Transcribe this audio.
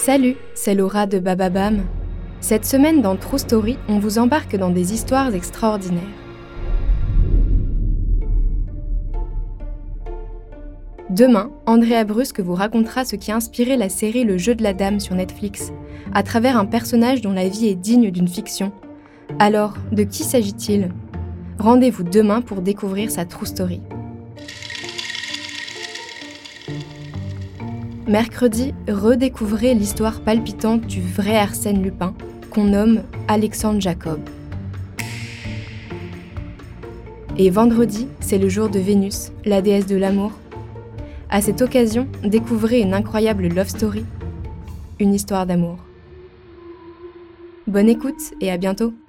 Salut, c'est Laura de Bababam. Cette semaine dans True Story, on vous embarque dans des histoires extraordinaires. Demain, Andrea Brusque vous racontera ce qui a inspiré la série Le Jeu de la Dame sur Netflix, à travers un personnage dont la vie est digne d'une fiction. Alors, de qui s'agit-il ? Rendez-vous demain pour découvrir sa True Story. Mercredi, redécouvrez l'histoire palpitante du vrai Arsène Lupin, qu'on nomme Alexandre Jacob. Et vendredi, c'est le jour de Vénus, la déesse de l'amour. À cette occasion, découvrez une incroyable love story, une histoire d'amour. Bonne écoute et à bientôt!